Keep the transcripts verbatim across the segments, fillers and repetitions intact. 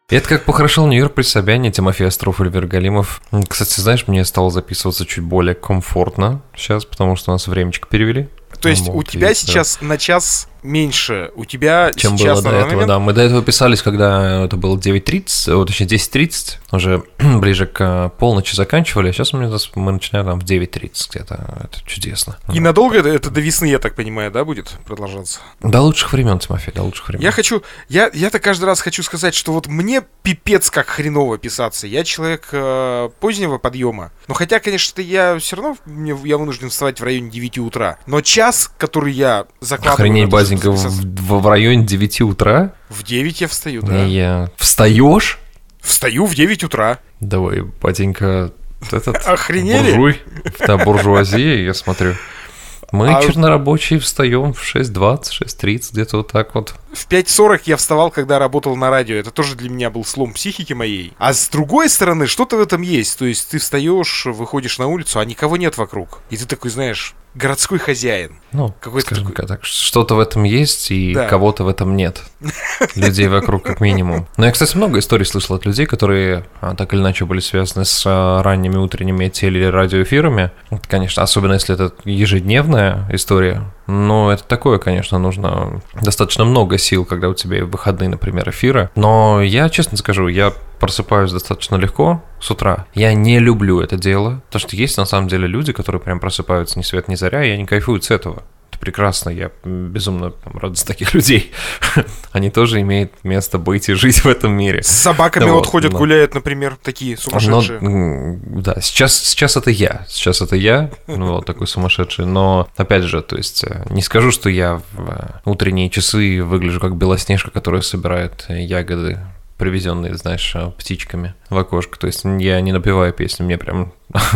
Это как похорошел Нью-Йорк при Собяне, Тимофей Остров, Эльвир Галимов. Кстати, знаешь, мне стало записываться чуть более комфортно сейчас, потому что у нас времечко перевели. То есть вот, у тебя и, сейчас да. на час меньше, у тебя чем сейчас было до этого, момент... да. Мы до этого писались, когда это было девять тридцать, вот, точнее десять тридцать, уже ближе к полночи заканчивали, а сейчас мы, мы начинаем там в девять тридцать где-то, это чудесно. И вот. Надолго это, это до весны, я так понимаю, да, будет продолжаться? До лучших времен, Тимофей, до лучших времен. Я хочу, я, я-то каждый раз хочу сказать, что вот мне пипец как хреново писаться, я человек э, позднего подъема, но хотя, конечно, я все равно, мне, я вынужден вставать в районе девяти утра, но час, который я закладываю... Охренеть, базенька, в, в, в районе девяти утра? В девять я встаю, да. Я... Встаешь? Встаю в девять утра. Давай, батенька, этот... Охренели? Буржуй, да, буржуазия, я смотрю. Мы а... чернорабочие встаем в шесть двадцать, шесть тридцать, где-то вот так вот. В пять сорок я вставал, когда работал на радио. Это тоже для меня был слом психики моей. А с другой стороны, что-то в этом есть. То есть ты встаешь, выходишь на улицу, а никого нет вокруг. И ты такой, знаешь, городской хозяин. Ну, какой-то скажем такой... так, что-то в этом есть, и да. кого-то в этом нет. Людей вокруг как минимум. Но я, кстати, много историй слышал от людей, которые так или иначе были связаны с ранними утренними теле- или радиоэфирами. Конечно, особенно если это ежедневная история. Но это такое, конечно, нужно достаточно много сил, когда у тебя в выходные, например, эфиры. Но я, честно скажу, я просыпаюсь достаточно легко с утра. Я не люблю это дело, потому что есть на самом деле люди, которые прям просыпаются ни свет ни заря, и они кайфуют с этого. Это прекрасно, я безумно там, рад за таких людей. Они тоже имеют место быть и жить в этом мире. С собаками да вот, вот ходят, но... гуляют, например, такие сумасшедшие. Но, да, сейчас, сейчас это я, сейчас это я, ну, вот такой сумасшедший, но, опять же, то есть, не скажу, что я в утренние часы выгляжу как Белоснежка, которая собирает ягоды, привезенные, знаешь, птичками в окошко. То есть я не напеваю песни, мне прям...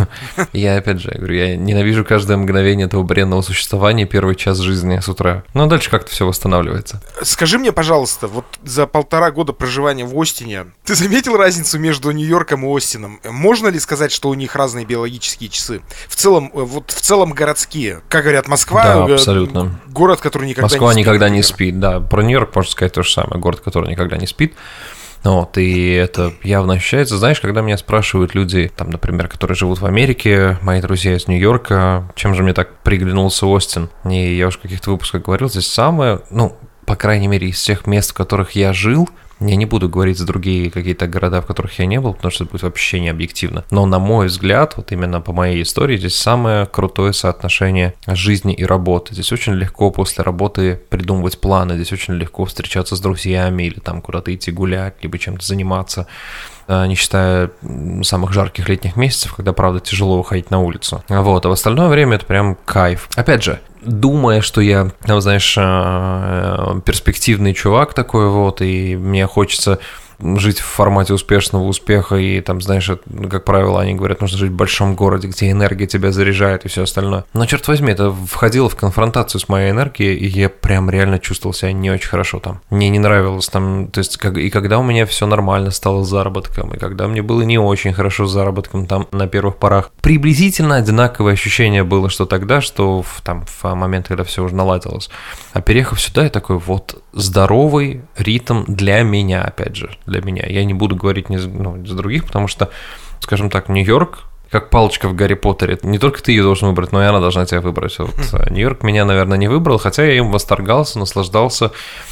Я, опять же, я говорю, я ненавижу каждое мгновение этого бренного существования, первый час жизни с утра. Но дальше как-то все восстанавливается. Скажи мне, пожалуйста, вот за полтора года проживания в Остине, ты заметил разницу между Нью-Йорком и Остином? Можно ли сказать, что у них разные биологические часы? В целом, вот в целом городские. Как говорят, Москва... Да, абсолютно. Город, который никогда Москва не спит. Москва никогда например. не спит, да. Про Нью-Йорк можно сказать то же самое. Город, который никогда не спит. Вот, и это явно ощущается. Знаешь, когда меня спрашивают люди, там, например, которые живут в Америке, мои друзья из Нью-Йорка, чем же мне так приглянулся Остин? И я уже в каких-то выпусках говорил, здесь самое, ну, по крайней мере, из тех мест, в которых я жил, я не буду говорить за другие какие-то города, в которых я не был, потому что это будет вообще не объективно. Но, на мой взгляд, вот именно по моей истории, здесь самое крутое соотношение жизни и работы. Здесь очень легко после работы придумывать планы, здесь очень легко встречаться с друзьями или там куда-то идти гулять, либо чем-то заниматься, не считая самых жарких летних месяцев, когда, правда, тяжело выходить на улицу. Вот, а в остальное время это прям кайф. Опять же, думая, что я, там, знаешь, перспективный чувак такой вот, и мне хочется жить в формате успешного успеха, и там, знаешь, как правило, они говорят, нужно жить в большом городе, где энергия тебя заряжает и все остальное. Но, черт возьми, это входило в конфронтацию с моей энергией, и я прям реально чувствовал себя не очень хорошо там. Мне не нравилось там, то есть, как, и когда у меня все нормально стало с заработком, и когда мне было не очень хорошо с заработком там на первых порах, приблизительно одинаковое ощущение было, что тогда, что в, там, в момент, когда все уже наладилось. А переехав сюда, я такой, вот, здоровый ритм для меня, опять же, для меня. Я не буду говорить ни за, ну, за других, потому что, скажем так, Нью-Йорк, как палочка в Гарри Поттере, не только ты ее должен выбрать, но и она должна тебя выбрать. Вот, Нью-Йорк меня, наверное, не выбрал, хотя я им восторгался, наслаждался,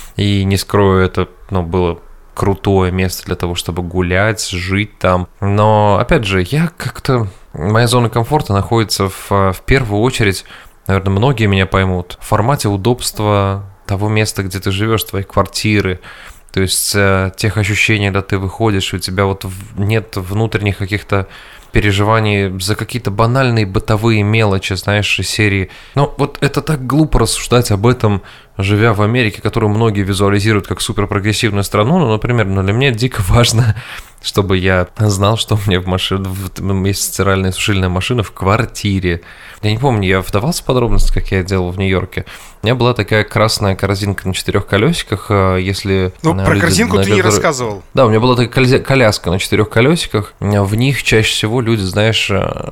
и не скрою, это, ну, было крутое место для того, чтобы гулять, жить там. Но, опять же, я как-то... Моя зона комфорта находится в, в первую очередь, наверное, многие меня поймут, в формате удобства того места, где ты живешь, твоей квартиры. То есть э, тех ощущений, когда ты выходишь, у тебя вот в, нет внутренних каких-то переживаний за какие-то банальные бытовые мелочи, знаешь, из серии. Но вот это так глупо рассуждать об этом, живя в Америке, которую многие визуализируют как суперпрогрессивную страну. Ну, например, ну, для меня дико важно чтобы я знал, что у меня в машине есть стиральная и сушильная машина в квартире. Я не помню, я вдавался в подробности, как я делал в Нью-Йорке. У меня была такая красная корзинка на четырех колесиках, если... Ну, про корзинку ты не рассказывал. Да, у меня была такая коляска на четырех колесиках. В них чаще всего люди, знаешь,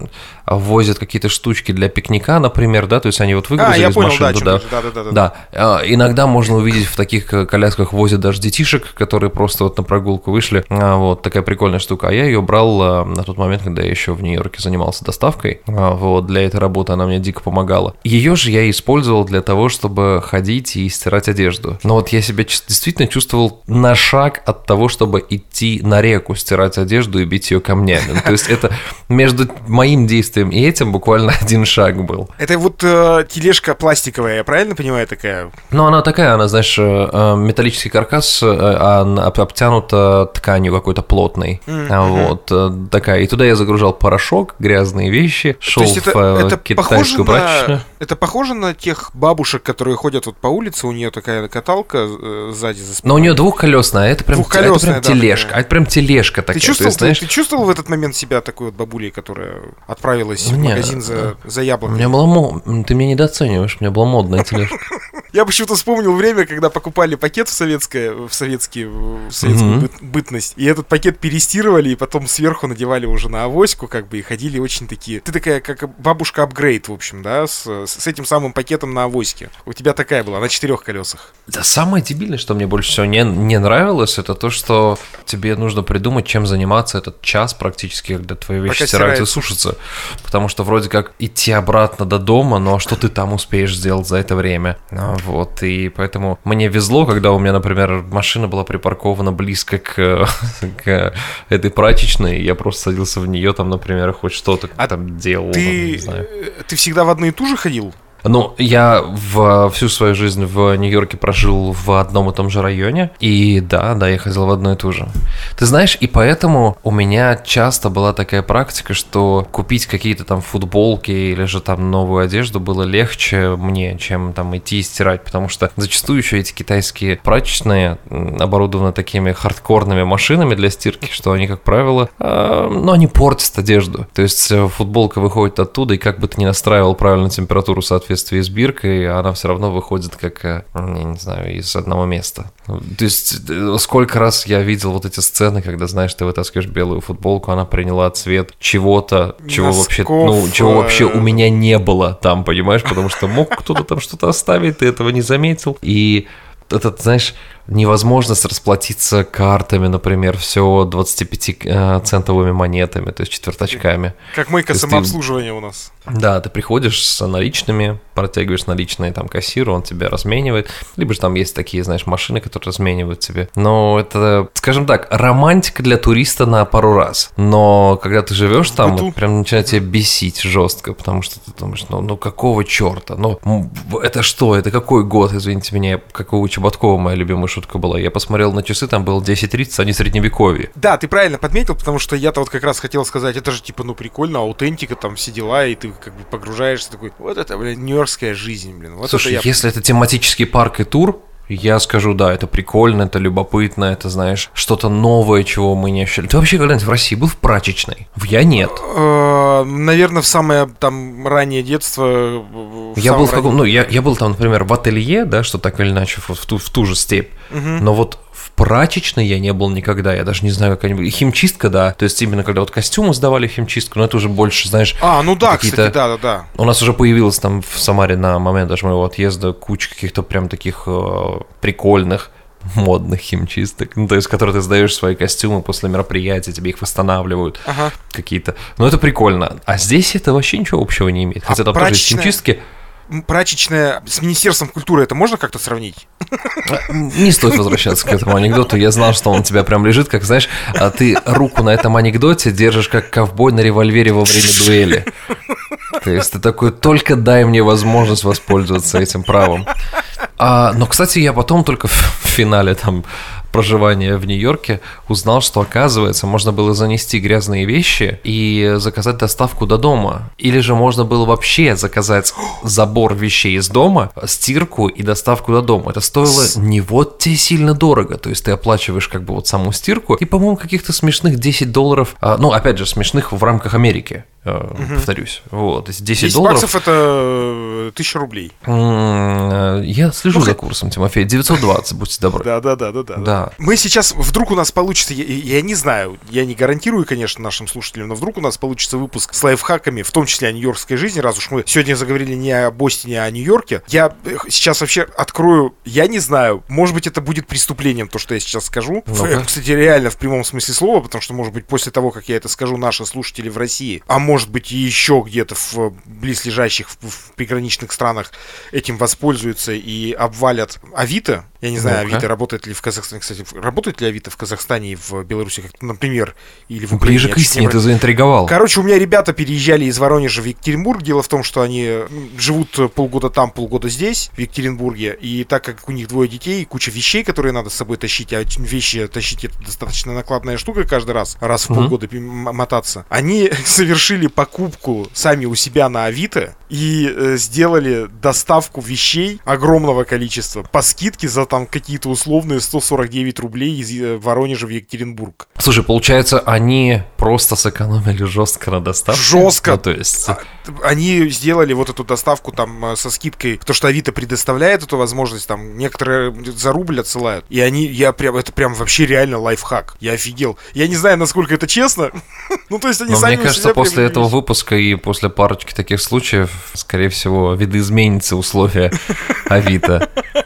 возят какие-то штучки для пикника, например, да, то есть они вот выгрузили а, я из понял, машины. Да, да, да, да, да, да. Иногда можно увидеть в таких колясках возят даже детишек, которые просто вот на прогулку вышли. Вот такая прикольная штука. А я ее брал на тот момент, когда я еще в Нью-Йорке занимался доставкой. Вот для этой работы она мне дико помогала. Ее же я использовал для того, чтобы ходить и стирать одежду. Но вот я себя действительно чувствовал на шаг от того, чтобы идти на реку стирать одежду и бить ее камнями. То есть это между моим действием и этим буквально один шаг был. Это вот э, тележка пластиковая, я правильно понимаю, такая? Ну, она такая, она, знаешь, металлический каркас, она обтянута тканью какой-то плотной. Mm-hmm. Вот, такая. И туда я загружал порошок, грязные вещи, шел в это, китайскую прачечную. Это похоже на тех бабушек, которые ходят вот по улице, у нее такая каталка э, сзади за спиной. Но у нее двухколесная, это прям, это прям да, тележка, такая. это прям тележка такая. Ты чувствовал, есть, знаешь... ты, ты чувствовал в этот момент себя такой вот бабулей, которая отправилась в магазин за, за яблоками? У меня была мо... Ты меня недооцениваешь, у меня была модная тележка. Я почему-то вспомнил время, когда покупали пакет в советское, в советские, в советскую mm-hmm. бытность, и этот пакет перестирывали, и потом сверху надевали уже на авоську, как бы, и ходили очень такие... Ты такая, как бабушка-апгрейд, в общем, да, с, с этим самым пакетом на авоське. У тебя такая была, на четырех колесах. Да, самое дебильное, что мне больше всего не, не нравилось, это то, что тебе нужно придумать, чем заниматься этот час практически, когда твои вещи стираются и сушатся. Потому что вроде как идти обратно до дома, но что ты там успеешь сделать за это время? Вот, и поэтому мне везло, когда у меня, например, машина была припаркована близко к, к этой прачечной, и я просто садился в нее, там, например, хоть что-то а там делал. Ты, не знаю. Ты всегда в одну и ту же ходил? Ну, я в, всю свою жизнь в Нью-Йорке прожил в одном и том же районе, и да, да, я ходил в одну и ту же. Ты знаешь, и поэтому у меня часто была такая практика, что купить какие-то там футболки или же там новую одежду было легче мне, чем там идти и стирать, потому что зачастую еще эти китайские прачечные оборудованы такими хардкорными машинами для стирки, что они, как правило, э, ну, они портят одежду. То есть футболка выходит оттуда, и как бы ты ни настраивал правильно температуру соответственно, в соответствии с биркой, она все равно выходит как, я не знаю, из одного места. То есть сколько раз я видел вот эти сцены, когда, знаешь, ты вытаскиваешь белую футболку, она приняла цвет чего-то, чего Носков, вообще, ну, чего вообще у меня не было там, понимаешь, потому что мог кто-то там что-то оставить, ты этого не заметил. И этот, знаешь, невозможность расплатиться картами, например, все двадцатипятицентовыми монетами, то есть четвертачками. Как мойка самообслуживания у нас. Да, ты приходишь с наличными, протягиваешь наличные там кассиру, он тебя разменивает. Либо же там есть такие, знаешь, машины, которые разменивают тебе. Но это, скажем так, романтика для туриста на пару раз. Но когда ты живешь там, это прям начинает тебя бесить жестко, потому что ты думаешь, ну, ну какого черта? Ну, это что? Это какой год? Извините меня, как у Чеботкова моя любимая шутка была. Я посмотрел на часы, там было десять тридцать, они средневековье. Да, ты правильно подметил, потому что я-то вот как раз хотел сказать, это же типа, ну, прикольно, аутентика, там все дела, и ты как бы погружаешься такой, вот это, блин, нью-йоркская жизнь, блин. Вот Слушай, это я... если это тематический парк и тур, я скажу, да, это прикольно, это любопытно, это, знаешь, что-то новое, чего мы не ощущали. Ты вообще когда-нибудь в России был в прачечной? Я нет. Наверное, в самое там раннее детство. Я был в каком, ну, я, я был там, например, в ателье, да, что так или иначе, в, в, ту, в ту же степь. Угу. Но вот в прачечной я не был никогда, я даже не знаю, какая-нибудь химчистка, да, то есть именно когда вот костюмы сдавали в химчистку, но это уже больше, знаешь... А, ну да, кстати, да-да-да. У нас уже появилось там в Самаре на момент даже моего отъезда куча каких-то прям таких э, прикольных, модных химчисток, ну, то есть, которые ты сдаешь свои костюмы после мероприятия, тебе их восстанавливают, ага. какие-то. Ну, это прикольно. А здесь это вообще ничего общего не имеет. Хотя а там прачечная... тоже есть химчистки. Прачечная с Министерством культуры, это можно как-то сравнить? Не стоит возвращаться к этому анекдоту. Я знал, что он у тебя прям лежит, как, знаешь, а ты руку на этом анекдоте держишь как ковбой на револьвере во время дуэли. То есть ты такой, только дай мне возможность воспользоваться этим правом. А, но, кстати, я потом только в финале там проживания в Нью-Йорке узнал, что, оказывается, можно было занести грязные вещи и заказать доставку до дома. Или же можно было вообще заказать забор вещей из дома, стирку и доставку до дома. Это стоило не вот тебе сильно дорого. То есть ты оплачиваешь как бы вот саму стирку и, по-моему, каких-то смешных десять долларов, ну, опять же, смешных в рамках Америки. Uh-huh. Повторюсь. Вот, десять, десять долларов. баксов это тысяча рублей. Я слежу ну, за курсом, Тимофей. девятьсот двадцать, будьте добры. Да, да, да, да, да. да. Мы сейчас, вдруг у нас получится, я, я не знаю, я не гарантирую, конечно, нашим слушателям, но вдруг у нас получится выпуск с лайфхаками, в том числе о нью-йоркской жизни, раз уж мы сегодня заговорили не о Бостоне, а о Нью-Йорке. Я сейчас вообще открою, я не знаю, может быть, это будет преступлением, то, что я сейчас скажу. Ну-ка. Кстати, реально в прямом смысле слова, потому что, может быть, после того, как я это скажу, наши слушатели в России, а может быть и еще где-то в близлежащих, в, в приграничных странах этим воспользуются и обвалят Авито. Я не знаю, ну-ка. Авито работает ли в Казахстане, кстати, работает ли Авито в Казахстане и в Беларуси, как, например, или в Украине. Ближе к истине, ты заинтриговал. Короче, у меня ребята переезжали из Воронежа в Екатеринбург. Дело в том, что они живут полгода там, полгода здесь, в Екатеринбурге, и так как у них двое детей, куча вещей, которые надо с собой тащить, а вещи тащить — это достаточно накладная штука каждый раз, раз в mm-hmm. полгода мотаться, они совершили покупку сами у себя на Авито и э, сделали доставку вещей огромного количества по скидке за там какие-то условные сто сорок девять рублей из э, Воронежа в Екатеринбург. Слушай, получается, они просто сэкономили жестко на доставке? Жестко. Ну, то есть... а, они сделали вот эту доставку там со скидкой, то, что Авито предоставляет эту возможность, там некоторые за рубль отсылают. И они, я прям, это прям вообще реально лайфхак. Я офигел. Я не знаю, насколько это честно. Ну, то есть они сами. Мне кажется, после этого выпуска и после парочки таких случаев, скорее всего, видоизменятся условия Авито.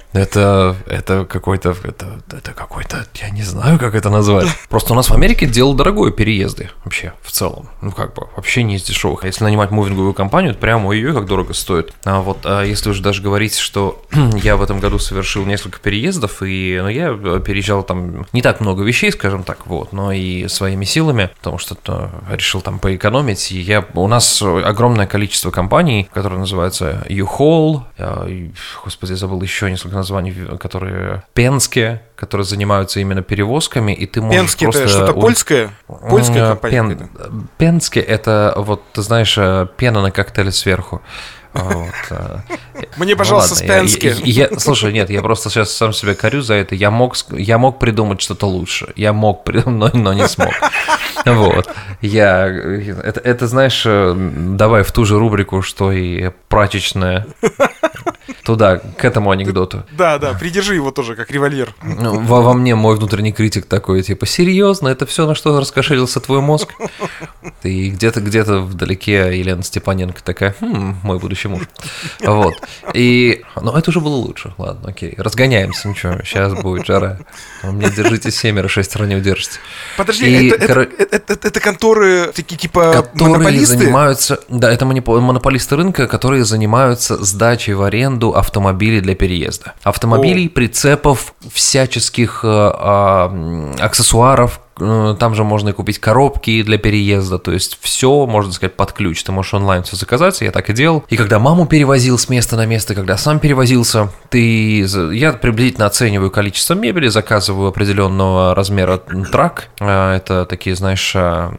Это, это какой-то, это, это какой-то, я не знаю, как это назвать. Просто у нас в Америке дело дорогое переезды вообще, в целом. Ну, как бы, вообще не из дешевых. А если нанимать мувинговую компанию, это прям ой-ой, как дорого стоит. А вот а если уже даже говорить, что я в этом году совершил несколько переездов, и ну, я переезжал там не так много вещей, скажем так, вот, но и своими силами, потому что ну, решил там поэкономить. И я, у нас огромное количество компаний, которые называются U-Haul, я, господи, я забыл еще несколько названий, которые Penske, которые занимаются именно перевозками, и ты можешь Penske просто... это что-то польское? Польская компания? Пен... Penske это, вот, ты знаешь, пена на коктейле сверху. Вот. Мне, пожалуйста, ну, Спенски. Я, я, слушай, нет, я просто сейчас сам себя корю за это. Я мог, я мог придумать что-то лучше. Я мог придумать, но, но не смог. Вот. Я, это, это, знаешь, давай в ту же рубрику, что и прачечная. Туда, к этому анекдоту. Да, да, придержи его тоже, как револьвер. Во, во мне мой внутренний критик такой, типа, серьезно, это все, на что раскошелился твой мозг? И где-то, где-то вдалеке Елена Степаненко такая, хм, мой будущий муж. Вот. И, ну, это уже было лучше. Ладно, окей, разгоняемся, ничего, сейчас будет жара. У меня держитесь семеро, шестеро не удержите. Подожди, и, это, кор... это, это, это, это конторы такие, типа, которые монополисты? занимаются, да, это монополисты рынка, которые занимаются сдачей в аренду автомобилей для переезда. Автомобилей, О. прицепов, всяческих э, э, аксессуаров. Там же можно и купить коробки для переезда, то есть все, можно сказать, под ключ. Ты можешь онлайн все заказать, я так и делал. И когда маму перевозил с места на место, когда сам перевозился, ты... я приблизительно оцениваю количество мебели, заказываю определенного размера трак. Это такие, знаешь,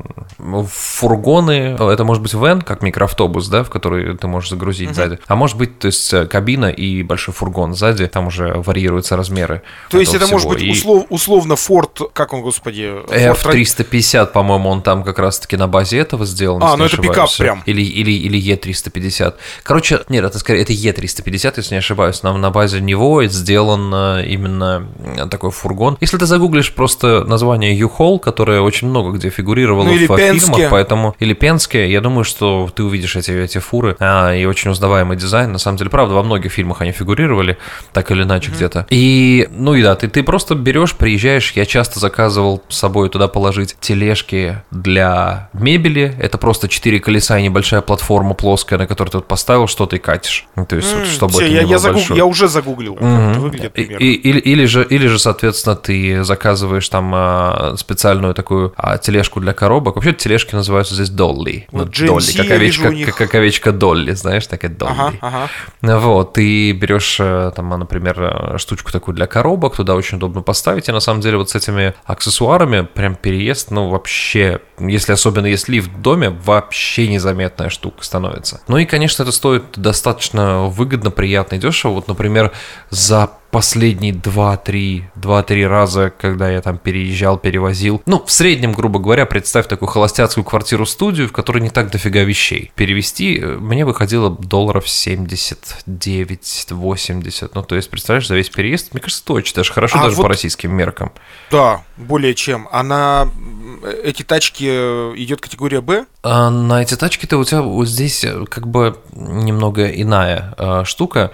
фургоны. Это может быть вэн, как микроавтобус, да, в который ты можешь загрузить uh-huh. сзади. А может быть, то есть кабина и большой фургон сзади, там уже варьируются размеры. То есть это всего. Может быть и... услов, условно Ford, как он, господи... эф триста пятьдесят, по-моему, он там как раз-таки на базе этого сделан. А, ну это пикап прям. Или, или, или и триста пятьдесят. Короче, нет, это скорее, это и триста пятьдесят, если не ошибаюсь. Нам на базе него сделан именно такой фургон. Если ты загуглишь просто название U-Haul, которое очень много где фигурировало ну, в Penske. фильмах, поэтому... Или Penske, я думаю, что ты увидишь эти, эти фуры, а, и очень узнаваемый дизайн. На самом деле, правда, во многих фильмах они фигурировали, так или иначе mm-hmm. где-то. И, ну и да, ты, ты просто берешь, приезжаешь, я часто заказывал с собой собой туда положить тележки для мебели. Это просто четыре колеса и небольшая платформа плоская, на которой ты вот поставил что-то и катишь. То есть, mm, вот, чтобы все, это я, не я, было загуг... большое. я уже загуглил. Mm-hmm. Это выглядит примерно. И, и, или, же, или же, соответственно, ты заказываешь там а, специальную такую а, тележку для коробок. Вообще тележки называются здесь долли. Вот ну, долли, как овечка, них... как, как овечка Долли, знаешь, такая долли. Ага, ага. Вот, ты берешь там, например, штучку такую для коробок, туда очень удобно поставить, и на самом деле вот с этими аксессуарами прям переезд, ну, вообще, если особенно есть лифт в доме, вообще незаметная штука становится. Ну и, конечно, это стоит достаточно выгодно, приятно и дешево. Вот, например, за последние два-три раза, когда я там переезжал, перевозил. Ну, в среднем, грубо говоря, представь такую холостяцкую квартиру-студию, в которой не так дофига вещей. Перевести мне выходило долларов семьдесят девять восемьдесят. Ну, то есть, представляешь, за весь переезд, мне кажется, это очень даже хорошо, а даже вот по российским меркам. Да, более чем. А на эти тачки идет категория Б? А на эти тачки-то у тебя вот здесь как бы немного иная а, штука.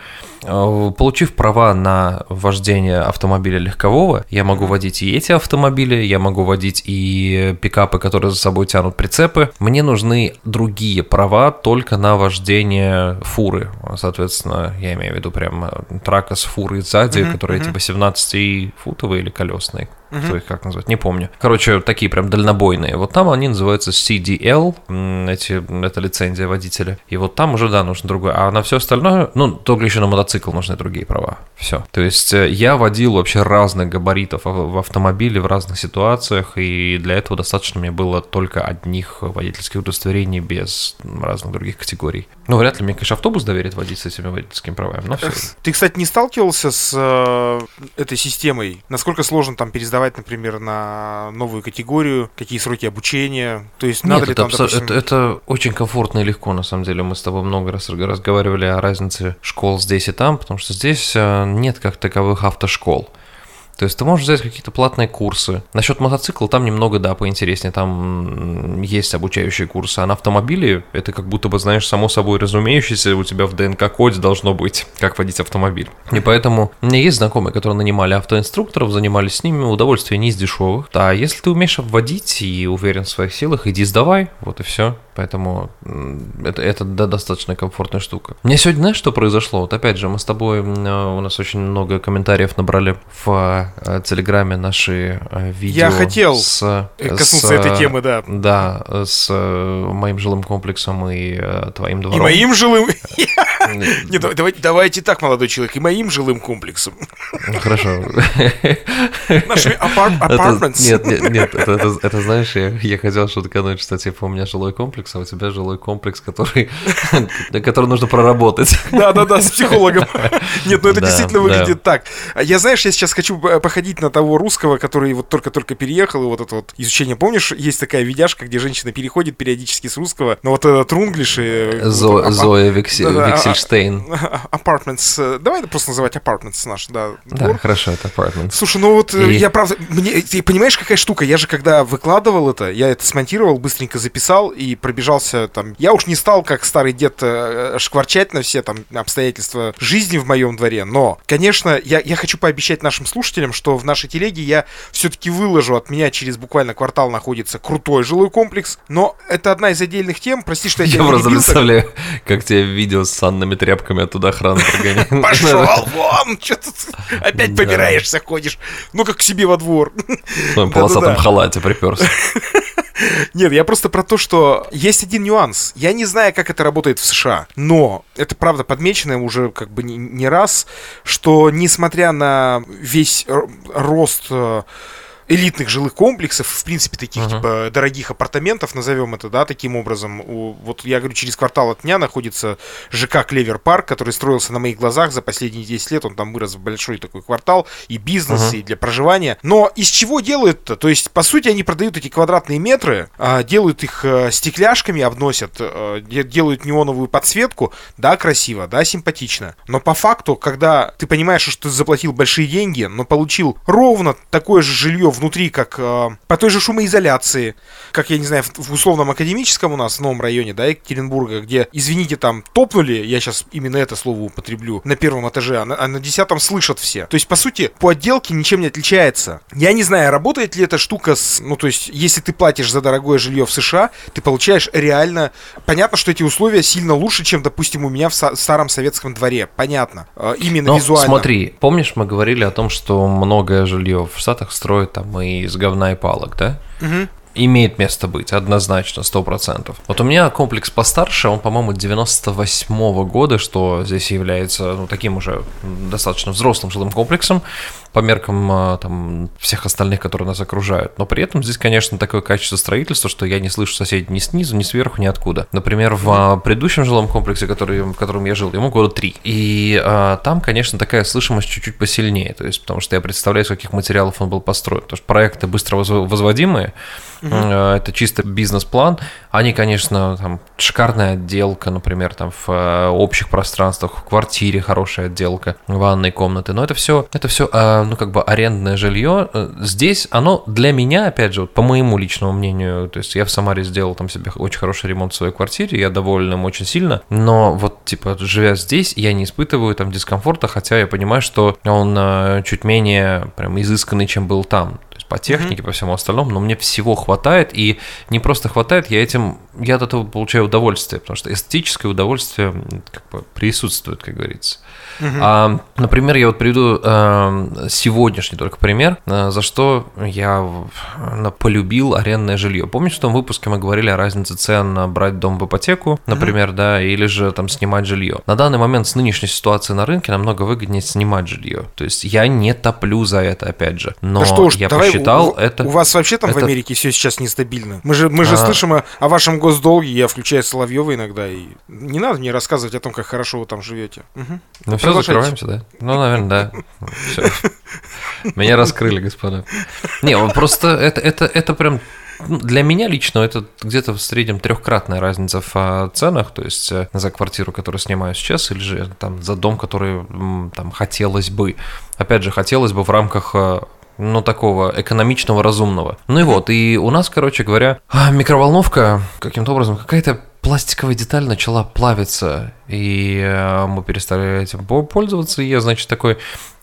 Получив права на вождение автомобиля легкового, я могу водить и эти автомобили, я могу водить и пикапы, которые за собой тянут прицепы. Мне нужны другие права только на вождение фуры. Соответственно, я имею в виду прям трака с фурой сзади, uh-huh, которые uh-huh. типа семнадцатифутовые или колесные. Uh-huh. Кто их как назвать, не помню. Короче, такие прям дальнобойные. Вот там они называются си ди эл, эти, это лицензия водителя. И вот там уже, да, нужно другое. А на все остальное, ну, только еще на мотоцикл нужны другие права. Все. То есть я водил вообще разных габаритов в автомобиле в разных ситуациях, и для этого достаточно мне было только одних водительских удостоверений без разных других категорий. Ну, вряд ли мне, конечно, автобус доверит водить с этими водительскими правами, но все. Ты, кстати, не сталкивался с э, этой системой? Насколько сложно там пересдавать, например, на новую категорию, какие сроки обучения? То есть надо Нет, ли это, там, абсо- допустим... это, это очень комфортно и легко, на самом деле. Мы с тобой много раз разговаривали о разнице школ здесь и там, потому что здесь нет как таковых автошкол. То есть ты можешь взять какие-то платные курсы. Насчет мотоцикла там немного, да, поинтереснее. Там есть обучающие курсы. А на автомобиле это как будто бы, знаешь, само собой разумеющееся, у тебя в ДНК-коде должно быть, как водить автомобиль. И поэтому у меня есть знакомые, которые нанимали автоинструкторов, занимались с ними, удовольствие не из дешевых. Да, если ты умеешь водить и уверен в своих силах, иди сдавай, вот и все. Поэтому это, это да, достаточно комфортная штука. Мне сегодня, знаешь, что произошло? Вот опять же, мы с тобой, у нас очень много комментариев набрали в Телеграме наши видео. Я хотел с, коснуться с, этой темы, да. Да, с моим жилым комплексом и твоим двором. И моим жилым... Нет, давайте так, молодой человек, и моим жилым комплексом. Хорошо. Нашими апартментс. Нет, нет, нет, это знаешь, я хотел шуткануть, что типа у меня жилой комплекс, а у тебя жилой комплекс, который, который нужно проработать. Да-да-да, с психологом. Нет, ну это да, действительно выглядит да. так. Я, знаешь, я сейчас хочу походить на того русского, который вот только-только переехал, и вот это вот изучение. Помнишь, есть такая видяшка, где женщина переходит периодически с русского, но вот этот рунглиш... Зо, вот, Зоя Виксель, да, Виксельштейн. Apartments. Давай просто называть Apartments наш, да. Да, двор. Хорошо, это Apartments. Слушай, ну вот и... я правда... Мне, ты понимаешь, какая штука? Я же когда выкладывал это, я это смонтировал, быстренько записал и пробежался там. Я уж не стал, как старый дед, шкварчать на все там обстоятельства жизни в моем дворе, но, конечно, я, я хочу пообещать нашим слушателям, что в нашей телеге я все-таки выложу. От меня через буквально квартал находится крутой жилой комплекс, но это одна из отдельных тем. Прости, что я тебя Я просто представляю, как тебе видео с санными тряпками оттуда охрана прогоняет. Пошел вон! Что ты опять побираешься, ходишь? Ну, как к себе во двор. В своем полосатом халате приперся. Нет, я просто про то, что есть один нюанс. Я не знаю, как это работает в США, но это правда подмечено уже как бы не, не раз, что несмотря на весь рост элитных жилых комплексов, в принципе, таких, uh-huh. типа, дорогих апартаментов, назовем это, да, таким образом. У, вот я говорю, через квартал от меня находится ЖК Клевер Парк, который строился на моих глазах за последние десять лет, он там вырос в большой такой квартал, и бизнес, uh-huh. и для проживания. Но из чего делают-то? То есть, по сути, они продают эти квадратные метры, а, делают их а, стекляшками, обносят, а, делают неоновую подсветку, да, красиво, да, симпатично. Но по факту, когда ты понимаешь, что ты заплатил большие деньги, но получил ровно такое же жилье внутри, как э, по той же шумоизоляции, как, я не знаю, в, в условном академическом у нас, в новом районе, да, Екатеринбурга, где, извините, там топнули, я сейчас именно это слово употреблю, на первом этаже, а на, а на десятом слышат все. То есть, по сути, по отделке ничем не отличается. Я не знаю, работает ли эта штука с... Ну, то есть, если ты платишь за дорогое жилье в США, ты получаешь реально... Понятно, что эти условия сильно лучше, чем, допустим, у меня в со- старом советском дворе. Понятно. Э, именно Но визуально. Смотри, помнишь, мы говорили о том, что многое жилье в Штатах строят там и из говна и палок, да? Угу. Имеет место быть, однозначно, сто процентов. Вот у меня комплекс постарше, он, по-моему, девяносто восьмого года, что здесь является, ну, таким уже достаточно взрослым жилым комплексом по меркам там всех остальных, которые нас окружают. Но при этом здесь, конечно, такое качество строительства, что я не слышу соседей ни снизу, ни сверху, ни откуда. Например, в предыдущем жилом комплексе, который, в котором я жил, ему года три. И а, там, конечно, такая слышимость чуть-чуть посильнее, то есть, потому что я представляю, из каких материалов он был построен. Потому что проекты быстро возводимые, Uh-huh. это чисто бизнес-план. Они, конечно, там шикарная отделка, например, там в общих пространствах, в квартире хорошая отделка, ванной комнаты. Но это все, это все, ну, как бы арендное жилье. Здесь оно для меня, опять же, вот по моему личному мнению, то есть я в Самаре сделал там себе очень хороший ремонт в своей квартире, я доволен им очень сильно, но вот, типа, живя здесь, я не испытываю там дискомфорта, хотя я понимаю, что он чуть менее прям изысканный, чем был там. По технике, mm-hmm. по всему остальному, но мне всего хватает, и не просто хватает, я этим, я от этого получаю удовольствие, потому что эстетическое удовольствие как бы присутствует, как говорится. Mm-hmm. А, например, я вот приведу э, сегодняшний только пример, э, за что я э, полюбил арендное жилье. Помнишь, в том выпуске мы говорили о разнице цен на брать дом в ипотеку, например, mm-hmm. да, или же там снимать жилье. На данный момент с нынешней ситуацией на рынке намного выгоднее снимать жилье. То есть я не топлю за это, опять же, но да что ж, я давай, посчитал у, это... У вас вообще там это... в Америке все сейчас нестабильно. Мы же, мы же а... слышим о, о вашем госдолге, я включаю Соловьева иногда, и не надо мне рассказывать о том, как хорошо вы там живете. Угу. Ну все, закрываемся, да? Ну, наверное, да. Все. Меня раскрыли, господа. Не, просто это, это, это прям... Для меня лично это где-то в среднем трехкратная разница в ценах, то есть за квартиру, которую снимаю сейчас, или же там за дом, который там хотелось бы. Опять же, хотелось бы в рамках... ну, такого экономичного, разумного. Ну и вот, и у нас, короче говоря, микроволновка каким-то образом, какая-то пластиковая деталь начала плавиться, и мы перестали этим пользоваться, и я, значит, такой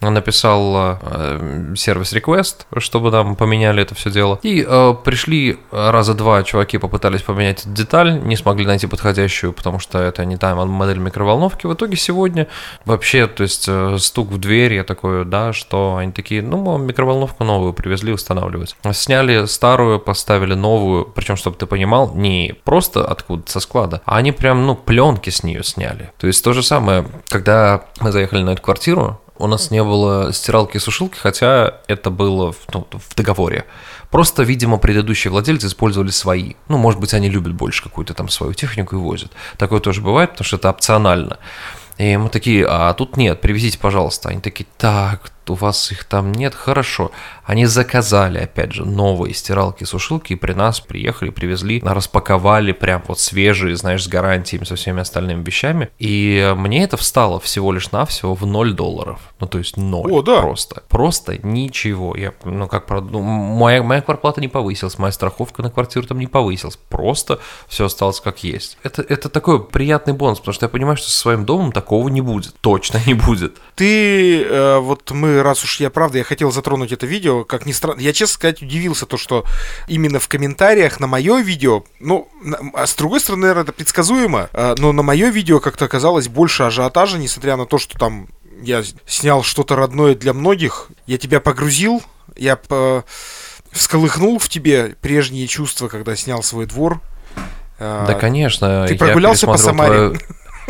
написал э, сервис-реквест, чтобы нам поменяли это все дело, и э, пришли раза два чуваки, попытались поменять эту деталь, не смогли найти подходящую, потому что это не та модель микроволновки. В итоге сегодня вообще, то есть э, стук в дверь, я такой, да, что они такие, ну, мы микроволновку новую привезли устанавливать. Сняли старую, поставили новую, причем, чтобы ты понимал, не просто откуда со склада, а они прям, ну, пленки с нее сняли. То есть то же самое, когда мы заехали на эту квартиру, у нас не было стиралки и сушилки, хотя это было в, ну, в договоре. Просто, видимо, предыдущие владельцы использовали свои. Ну, может быть, они любят больше какую-то там свою технику и возят. Такое тоже бывает, потому что это опционально. И мы такие, а тут нет, привезите, пожалуйста. Они такие, так, у вас их там нет, хорошо. Они заказали, опять же, новые стиралки и сушилки, и при нас приехали, привезли, распаковали прям вот свежие, знаешь, с гарантиями, со всеми остальными вещами. И мне это встало всего лишь навсего в ноль долларов. Ну, то есть ноль. О, да. Просто. Просто ничего. Я, ну, как правда, ну, моя, моя квартплата не повысилась, моя страховка на квартиру там не повысилась. Просто все осталось как есть. Это, это такой приятный бонус, потому что я понимаю, что со своим домом такого не будет. Точно не будет. Ты, э, вот мы, раз уж я, правда, я хотел затронуть это видео, как ни странно, я, честно сказать, удивился, то, что именно в комментариях на мое видео, ну, а с другой стороны, наверное, это предсказуемо, э, но на мое видео как-то оказалось больше ажиотажа, несмотря на то, что там я снял что-то родное для многих, я тебя погрузил, я по... всколыхнул в тебе прежние чувства, когда снял свой двор. Э, да, конечно. Ты прогулялся по Самаре? Твою...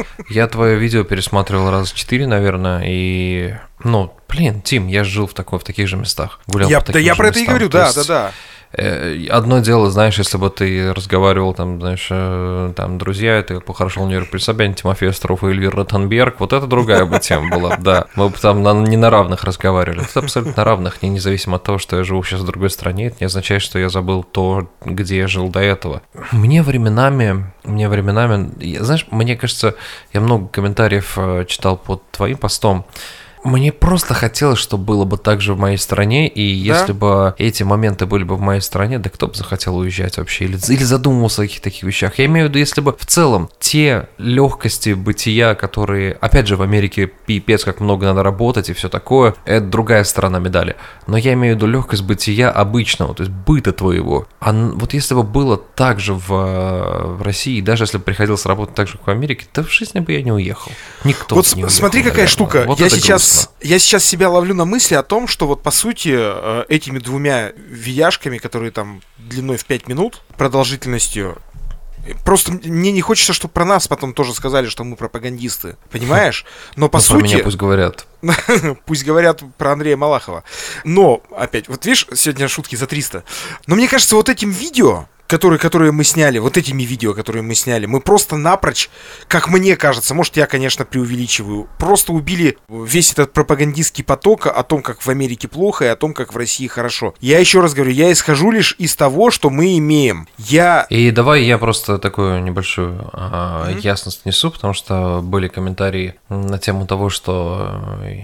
Я твое видео пересматривал раза четыре, наверное, и... Ну, блин, Тим, я жил в, такой, в таких же местах. Гулял я, по таким да, же я про местам. это и говорю, То да, есть, да, да. Э, одно дело, знаешь, если бы ты разговаривал, там, знаешь, э, там, друзья, ты похорошел Нью-Йорк при Собяне, Тимофей Остров и Эльвира Ротенберг, вот это другая бы тема была, да. Мы бы там на, не на равных разговаривали. Это абсолютно на равных, не, независимо от того, что я живу сейчас в другой стране, это не означает, что я забыл то, где я жил до этого. Мне временами, мне временами, знаешь, мне кажется, я много комментариев читал под твоим постом. Мне просто хотелось, чтобы было бы так же в моей стране, и если Да? бы эти моменты были бы в моей стране, да кто бы захотел уезжать вообще, или, или задумывался о каких-то таких вещах. Я имею в виду, если бы в целом те легкости бытия, которые, опять же, в Америке пипец, как много надо работать и все такое, это другая сторона медали. Но я имею в виду легкость бытия обычного, то есть быта твоего. А вот если бы было так же в, в России, даже если бы приходилось работать так же, как в Америке, то в жизни бы я не уехал. Никто Вот не уехал, смотри, какая наверное. штука. Вот я, это сейчас, грустно. я сейчас себя ловлю на мысли о том, что вот по сути э, этими двумя видяшками, которые там длиной в пять минут, продолжительностью, просто мне не хочется, чтобы про нас потом тоже сказали, что мы пропагандисты. Понимаешь? Но по Ну, сути... про меня пусть говорят. Пусть говорят про Андрея Малахова. Но, опять, вот видишь, сегодня шутки за триста. Но мне кажется, вот этим видео, которые, которые мы сняли, вот этими видео, которые мы сняли, мы просто напрочь, как мне кажется, может, я, конечно, преувеличиваю, просто убили весь этот пропагандистский поток о том, как в Америке плохо, и о том, как в России хорошо. Я еще раз говорю, я исхожу лишь из того, что мы имеем. Я... И давай я просто такую небольшую а, mm-hmm. ясность несу, потому что были комментарии на тему того, что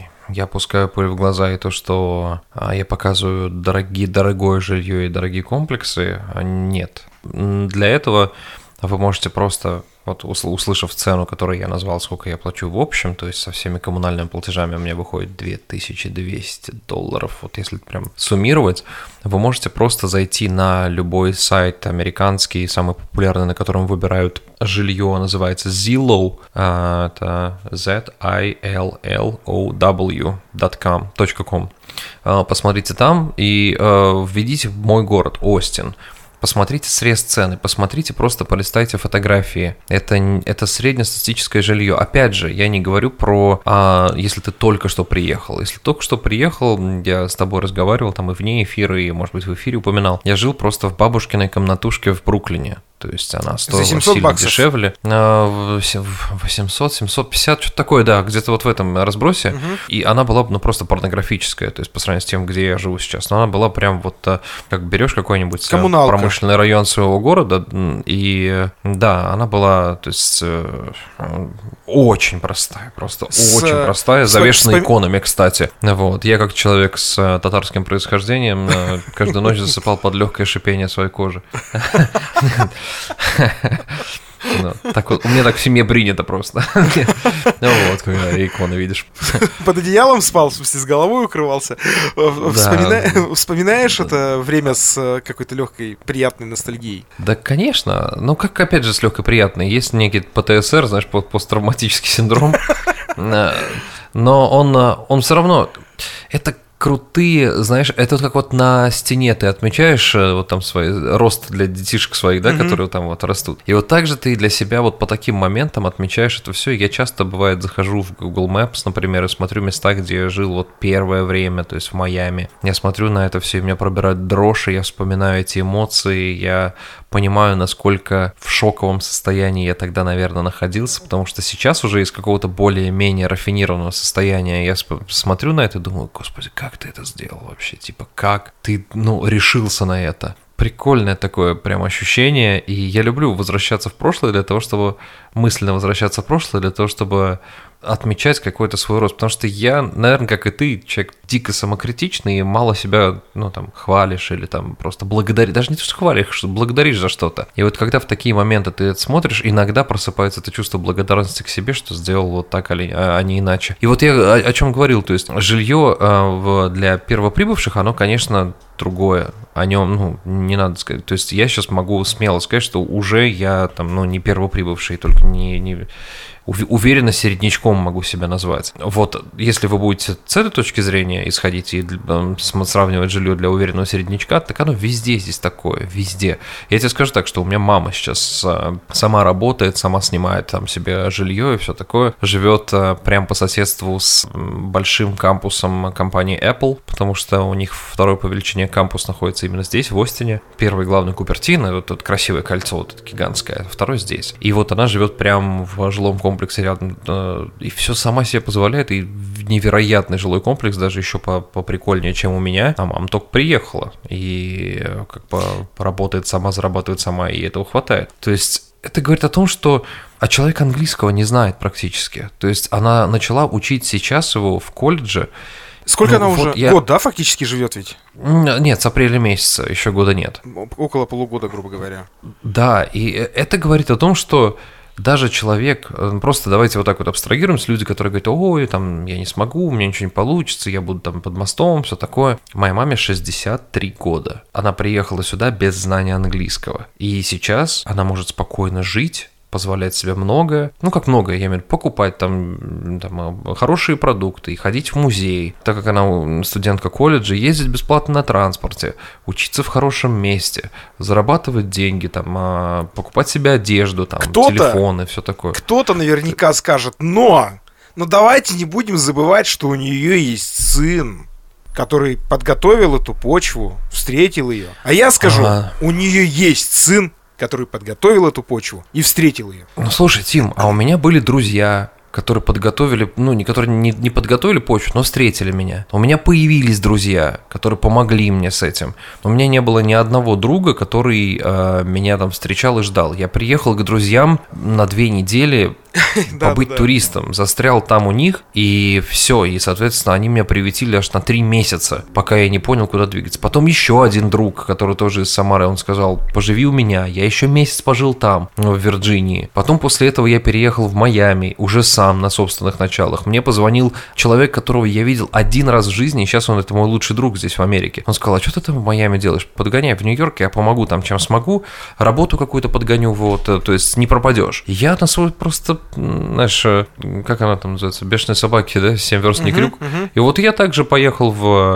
я пускаю пыль в глаза, и то, что я показываю дорогие, дорогое жилье и дорогие комплексы, нет. Для этого вы можете просто, вот услышав цену, которую я назвал, сколько я плачу в общем, то есть со всеми коммунальными платежами у меня выходит две тысячи двести долларов, вот если прям суммировать, вы можете просто зайти на любой сайт американский, самый популярный, на котором выбирают жилье, называется Zillow, это зет ай эл эл оу дабл ю точка ком. Посмотрите там и введите мой город, Остин. Посмотрите срез цены, посмотрите, просто полистайте фотографии. Это, это среднестатистическое жилье. Опять же, я не говорю про, а, если ты только что приехал. Если только что приехал, я с тобой разговаривал там и вне эфира, и, может быть, в эфире упоминал. Я жил просто в бабушкиной комнатушке в Бруклине. То есть она стоила сильно баксов. Дешевле. восемьсот, семьсот пятьдесят, что-то такое, да, где-то вот в этом разбросе. Угу. И она была, ну, просто порнографическая, то есть по сравнению с тем, где я живу сейчас. Но она была прям вот, как берешь какой-нибудь коммуналка. Промышленный район своего города, и да, она была, то есть, очень простая, просто с... очень простая, завешенная вспом... иконами, кстати. Вот. Я как человек с татарским происхождением каждую ночь засыпал под легкое шипение своей кожи. Ну, так вот, у меня так в семье принято просто. Ну вот, когда иконы видишь. Под одеялом спал, в смысле, с головой укрывался. Вспомина... Вспоминаешь это время с какой-то легкой, приятной ностальгией? Да, конечно. Ну, как, опять же, с легкой, приятной. Есть некий пэ тэ эс эр, знаешь, посттравматический синдром. Но он, он все равно... Это крутые, знаешь, это вот как вот на стене ты отмечаешь вот там свой рост для детишек своих, да, mm-hmm. которые там вот растут. И вот так же ты для себя вот по таким моментам отмечаешь это все. Я часто, бывает, захожу в Google Maps, например, и смотрю места, где я жил вот первое время, то есть в Майами. Я смотрю на это все, и меня пробирает дрожь, и я вспоминаю эти эмоции, я понимаю, насколько в шоковом состоянии я тогда, наверное, находился, потому что сейчас уже из какого-то более-менее рафинированного состояния я сп- смотрю на это и думаю, господи, как ты это сделал вообще? Типа, как ты, ну, решился на это? Прикольное такое прям ощущение, и я люблю возвращаться в прошлое для того, чтобы мысленно возвращаться в прошлое, для того, чтобы отмечать какой-то свой рост, потому что я, наверное, как и ты, человек дико самокритичный и мало себя, ну, там, хвалишь или там просто благодаришь, даже не то, что хвалишь, что благодаришь за что-то. И вот когда в такие моменты ты это смотришь, иногда просыпается это чувство благодарности к себе, что сделал вот так, а не иначе. И вот я о, о чем говорил, то есть жилье для первоприбывших, оно, конечно, другое. О нем, ну, не надо сказать. То есть я сейчас могу смело сказать, что уже я там, ну, не первоприбывший, только не... не уверенно середнячком могу себя назвать. Вот, если вы будете с этой точки зрения исходить и сравнивать жилье для уверенного середнячка, так оно везде здесь такое, везде. Я тебе скажу так, что у меня мама сейчас сама работает, сама снимает там себе жилье и все такое, живет прямо по соседству с большим кампусом компании Apple, потому что у них второй по величине кампус находится именно здесь, в Остине. Первый главный Купертино, вот это красивое кольцо, вот это гигантское, второй здесь. И вот она живет прямо в жилом комплексе комплексе рядом, и все сама себе позволяет, и невероятный жилой комплекс, даже еще по, поприкольнее, чем у меня. А мама только приехала, и как бы работает сама, зарабатывает сама, и этого хватает. То есть это говорит о том, что а человек английского не знает практически. То есть она начала учить сейчас его в колледже. Сколько ну, она вот уже? Я... Год, да, фактически живет ведь? Нет, с апреля месяца, еще года нет. Около полугода, грубо говоря. Да, и это говорит о том, что даже человек, просто давайте вот так вот абстрагируемся, люди, которые говорят, ой, там, я не смогу, у меня ничего не получится, я буду там под мостом, все такое. Моей маме шестьдесят три года. Она приехала сюда без знания английского. И сейчас она может спокойно жить, позволяет себе многое, ну как многое, я имею в виду, покупать там, там хорошие продукты и ходить в музей, так как она студентка колледжа, ездить бесплатно на транспорте, учиться в хорошем месте, зарабатывать деньги, там, покупать себе одежду, там, кто-то, телефоны, все такое. Кто-то наверняка скажет, но, но давайте не будем забывать, что у нее есть сын, который подготовил эту почву, встретил ее. А я скажу, а... у нее есть сын, который подготовил эту почву и встретил ее. Ну, слушай, Тим, а у меня были друзья, которые подготовили, ну, не которые не, не подготовили почву, но встретили меня. У меня появились друзья, которые помогли мне с этим. У меня не было ни одного друга, который э, меня там встречал и ждал. Я приехал к друзьям на две недели побыть да, да, туристом, застрял там у них, и все, и, соответственно, они меня приютили аж на три месяца, пока я не понял, куда двигаться. Потом еще один друг, который тоже из Самары, он сказал, поживи у меня, я еще месяц пожил там, в Вирджинии. Потом после этого я переехал в Майами, уже сам, на собственных началах. Мне позвонил человек, которого я видел один раз в жизни, и сейчас он это мой лучший друг здесь, в Америке. Он сказал, а что ты там в Майами делаешь? Подгоняй в Нью-Йорке, я помогу там, чем смогу, работу какую-то подгоню, вот, то есть не пропадешь. Я на свой просто... Знаешь, как она там называется? Бешеные собаки, да? Семь верст не крюк. Uh-huh, uh-huh. И вот я также поехал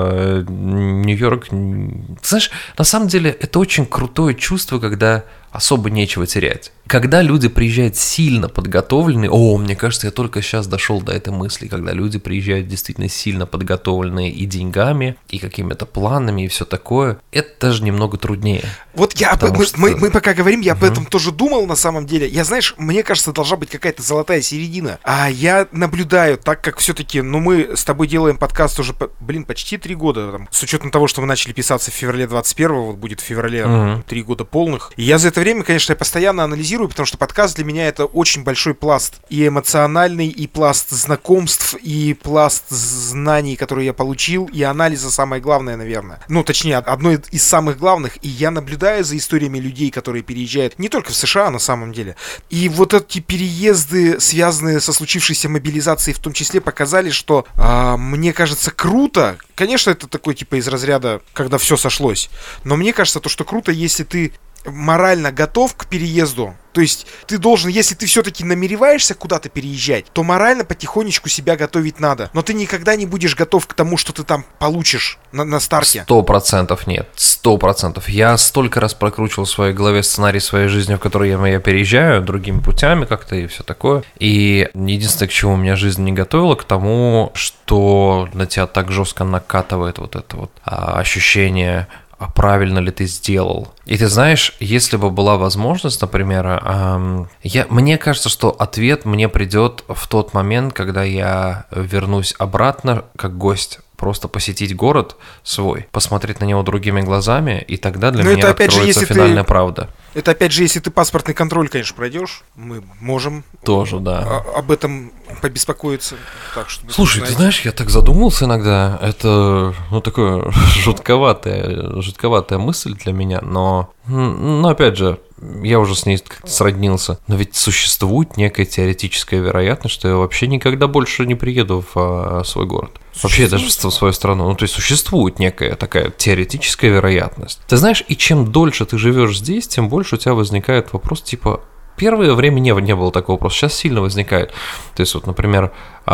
в Нью-Йорк. Ты знаешь, на самом деле это очень крутое чувство, когда особо нечего терять. Когда люди приезжают сильно подготовленные, о, мне кажется, я только сейчас дошел до этой мысли, когда люди приезжают действительно сильно подготовленные и деньгами, и какими-то планами, и все такое, это даже немного труднее. Вот я об... мы, что... мы, мы пока говорим, я угу. об этом тоже думал на самом деле. Я, знаешь, мне кажется, должна быть какая-то золотая середина. А я наблюдаю, так как все-таки, ну, мы с тобой делаем подкаст уже, блин, почти три года, там, с учетом того, что мы начали писаться в феврале двадцать первого, вот будет в феврале угу. три года полных. И я за это время, конечно, я постоянно анализирую, потому что подкаст для меня это очень большой пласт и эмоциональный, и пласт знакомств, и пласт знаний, которые я получил, и анализа самое главное, наверное. Ну, точнее, одно из самых главных. И я наблюдаю за историями людей, которые переезжают не только в США, на самом деле. И вот эти переезды, связанные со случившейся мобилизацией, в том числе, показали, что э, мне кажется, круто. Конечно, это такой типа из разряда, когда все сошлось. Но мне кажется, то, что круто, если ты морально готов к переезду. То есть ты должен, если ты все-таки намереваешься куда-то переезжать, то морально потихонечку себя готовить надо. Но ты никогда не будешь готов к тому, что ты там получишь на, на старте. Сто процентов нет, сто процентов. Я столько раз прокручивал в своей голове сценарий своей жизни, в который я, я переезжаю другими путями как-то и все такое. И единственное, к чему меня жизнь не готовила, к тому, что на тебя так жестко накатывает вот это вот а, ощущение... а правильно ли ты сделал? И ты знаешь, если бы была возможность, например, эм, я, мне кажется, что ответ мне придет в тот момент, когда я вернусь обратно как гость, просто посетить город свой, посмотреть на него другими глазами, и тогда для Но меня это, откроется же, финальная ты... правда. Это опять же, если ты паспортный контроль, конечно, пройдешь, мы можем тоже, да. о- об этом побеспокоиться. Так, чтобы Слушай, ты знаешь, я так задумался иногда, это, ну, такая жутковатая, жутковатая мысль для меня, но, но опять же, я уже с ней сроднился. Но ведь существует некая теоретическая вероятность, что я вообще никогда больше не приеду в а, свой город. Вообще даже в свою страну. Ну, то есть существует некая такая теоретическая вероятность. Ты знаешь, и чем дольше ты живешь здесь, тем больше у тебя возникает вопрос типа... Первое время не, не было такого вопроса, сейчас сильно возникает. То есть, вот, например,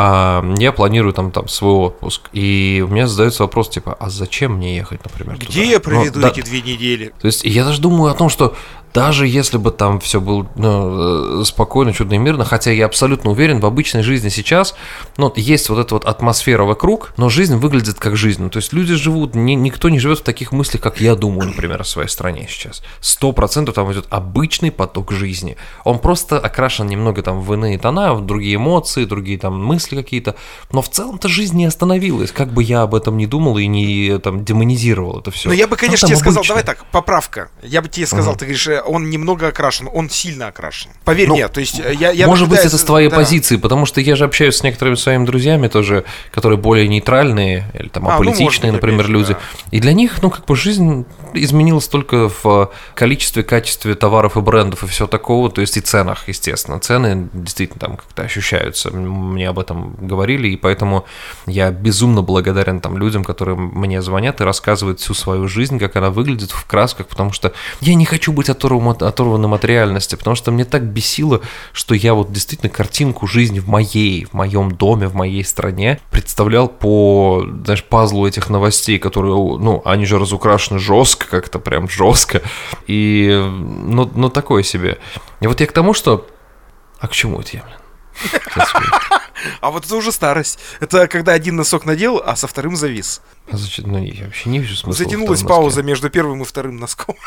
я планирую там, там свой отпуск, и у меня задается вопрос, типа, а зачем мне ехать, например, Где туда? я проведу ну, эти да, две недели? То есть, я даже думаю о том, что даже если бы там все было ну, спокойно, чудно и мирно, хотя я абсолютно уверен, в обычной жизни сейчас, ну, есть вот эта вот атмосфера вокруг, но жизнь выглядит как жизнь. Ну, то есть, люди живут, ни, никто не живет в таких мыслях, как я думаю, например, о своей стране сейчас. Сто процентов там идет обычный поток жизни. Он просто окрашен немного там в иные тона, в другие эмоции, другие там мысли какие-то, но в целом-то жизнь не остановилась, как бы я об этом не думал и не там демонизировал это все. Ну я бы, конечно, тебе сказал, давай так, поправка. Я бы тебе сказал, uh-huh. ты говоришь, он немного окрашен, он сильно окрашен. Поверь ну, мне, то есть я... я может быть, это с твоей да. позиции, потому что я же общаюсь с некоторыми своими друзьями тоже, которые более нейтральные, или там а, аполитичные, ну, например, люди. Да. И для них, ну, как бы жизнь изменилась только в количестве, качестве товаров и брендов и все такого, то есть и ценах, естественно. Цены действительно там как-то ощущаются. Мне об этом говорили, и поэтому я безумно благодарен там людям, которые мне звонят и рассказывают всю свою жизнь, как она выглядит в красках, потому что я не хочу быть оторван, оторванным от реальности, потому что мне так бесило, что я вот действительно картинку жизни в моей, в моем доме, в моей стране представлял по, знаешь, пазлу этих новостей, которые, ну, они же разукрашены жестко, как-то прям жестко, и, ну, ну, такое себе. И вот я к тому, что... А к чему это я, блин? А вот это уже старость. Это когда один носок надел, а со вторым завис. А зачем? Ну, я вообще не вижу смысла. Затянулась пауза между первым и вторым носком.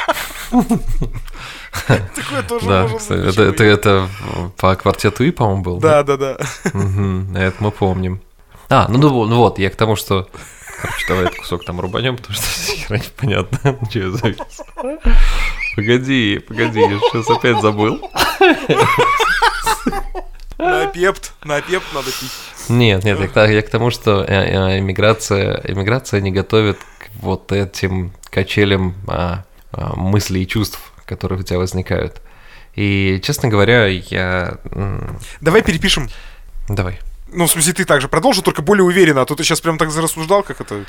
Такое тоже может быть. Это по квартету И, по-моему, был? Да, да, да. Это мы помним. А, ну вот, я к тому, что... Короче, давай этот кусок там рубанем, потому что хера непонятно, что я завис. Погоди, погоди, я сейчас опять забыл. На пепт, на пепт надо пить. Нет, нет, я, я к тому, что эмиграция, эмиграция не готовит к вот этим качелям а, а, мыслей и чувств, которые у тебя возникают. И, честно говоря, я... Давай перепишем. Давай. Ну, в смысле, ты также продолжи, только более уверенно, а то ты сейчас прям так зарассуждал, как это...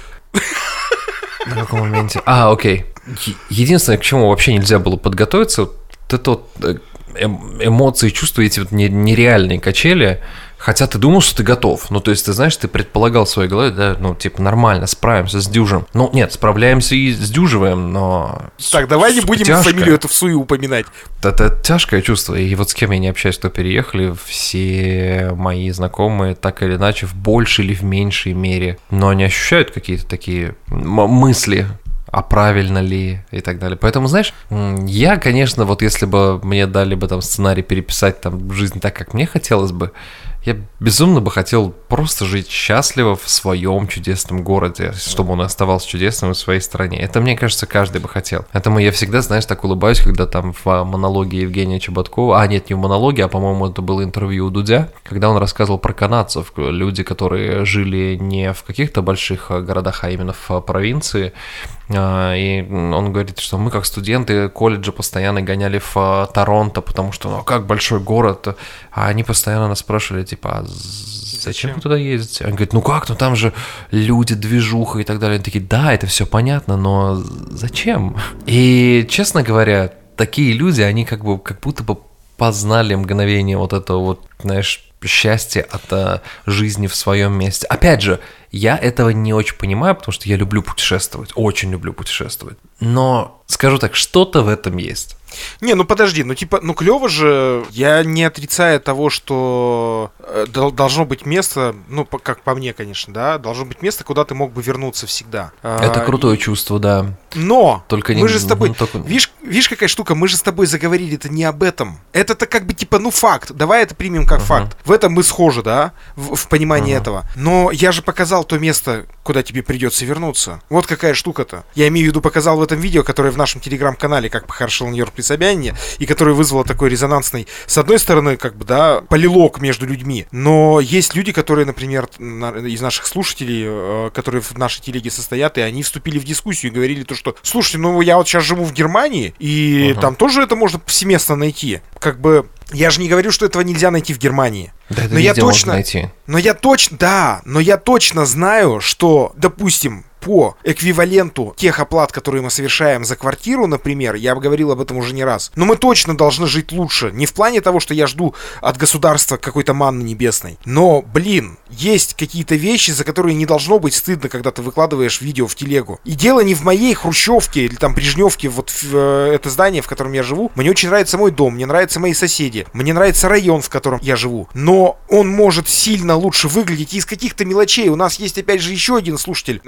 На каком моменте? А, окей. Единственное, к чему вообще нельзя было подготовиться, вот это вот эмоции, чувства, эти вот нереальные качели, хотя ты думал, что ты готов. Ну, то есть, ты знаешь, ты предполагал в своей голове, да, ну, типа, нормально, справимся с дюжем. Ну, нет, справляемся и сдюживаем, но... Так, давай не будем тяжко. Фамилию эту в суе упоминать. Это, это тяжкое чувство, и вот с кем я не общаюсь, кто переехали, все мои знакомые так или иначе в большей или в меньшей мере, но они ощущают какие-то такие мысли, а правильно ли и так далее. Поэтому, знаешь, я, конечно, вот если бы мне дали бы там сценарий переписать там жизнь так, как мне хотелось бы, я безумно бы хотел просто жить счастливо в своем чудесном городе, чтобы он оставался чудесным в своей стране. Это, мне кажется, каждый бы хотел. Поэтому я всегда, знаешь, так улыбаюсь, когда там в монологе Евгения Чеботкова, а нет, не в монологе, а, по-моему, это было интервью у Дудя, когда он рассказывал про канадцев, люди, которые жили не в каких-то больших городах, а именно в провинции. И он говорит, что мы как студенты колледжа постоянно гоняли в Торонто, потому что, ну, как большой город, а они постоянно нас спрашивали, типа, а зачем, зачем вы туда ездите? Он говорит, ну как, ну там же люди, движуха и так далее. Они такие, да, это все понятно, но зачем? И, честно говоря, такие люди, они как бы, как будто бы познали мгновение вот этого вот, знаешь, счастья от а, жизни в своем месте. Опять же, я этого не очень понимаю, потому что я люблю путешествовать, очень люблю путешествовать. Но, скажу так, что-то в этом есть. Не, ну подожди, ну типа, ну клево же, я не отрицаю того, что э, должно быть место, ну по, как по мне, конечно, да, должно быть место, куда ты мог бы вернуться всегда. Это а, крутое и... чувство, да. Но только мы не... же с тобой, ну, только... видишь, видишь, какая штука, мы же с тобой заговорили-то не об этом. Это-то как бы типа, ну факт, давай это примем как uh-huh. факт. В этом мы схожи, да, в, в понимании uh-huh. этого. Но я же показал то место, куда тебе придется вернуться. Вот какая штука-то. Я имею в виду, показал в этом видео, которое в нашем телеграм-канале «Как похорошел Нью-Йорк при Собянине», и которое вызвало такой резонансный, с одной стороны, как бы, да, полилог между людьми, но есть люди, которые, например, из наших слушателей, которые в нашей телеге состоят, и они вступили в дискуссию и говорили то, что, слушайте, ну я вот сейчас живу в Германии, и uh-huh. там тоже это можно повсеместно найти. Как бы, я же не говорю, что этого нельзя найти в Германии. Да, это но я точно, найти. но я точно, да, но я точно знаю, что, допустим, по эквиваленту тех оплат, которые мы совершаем за квартиру, например, я говорил об этом уже не раз, но мы точно должны жить лучше. Не в плане того, что я жду от государства какой-то манны небесной, но, блин, есть какие-то вещи, за которые не должно быть стыдно, когда ты выкладываешь видео в телегу. И дело не в моей хрущевке или там брежневке, вот в, э, это здание, в котором я живу. Мне очень нравится мой дом, мне нравятся мои соседи, мне нравится район, в котором я живу. Но он может сильно лучше выглядеть из каких-то мелочей. У нас есть, опять же, еще один слушатель, Ваня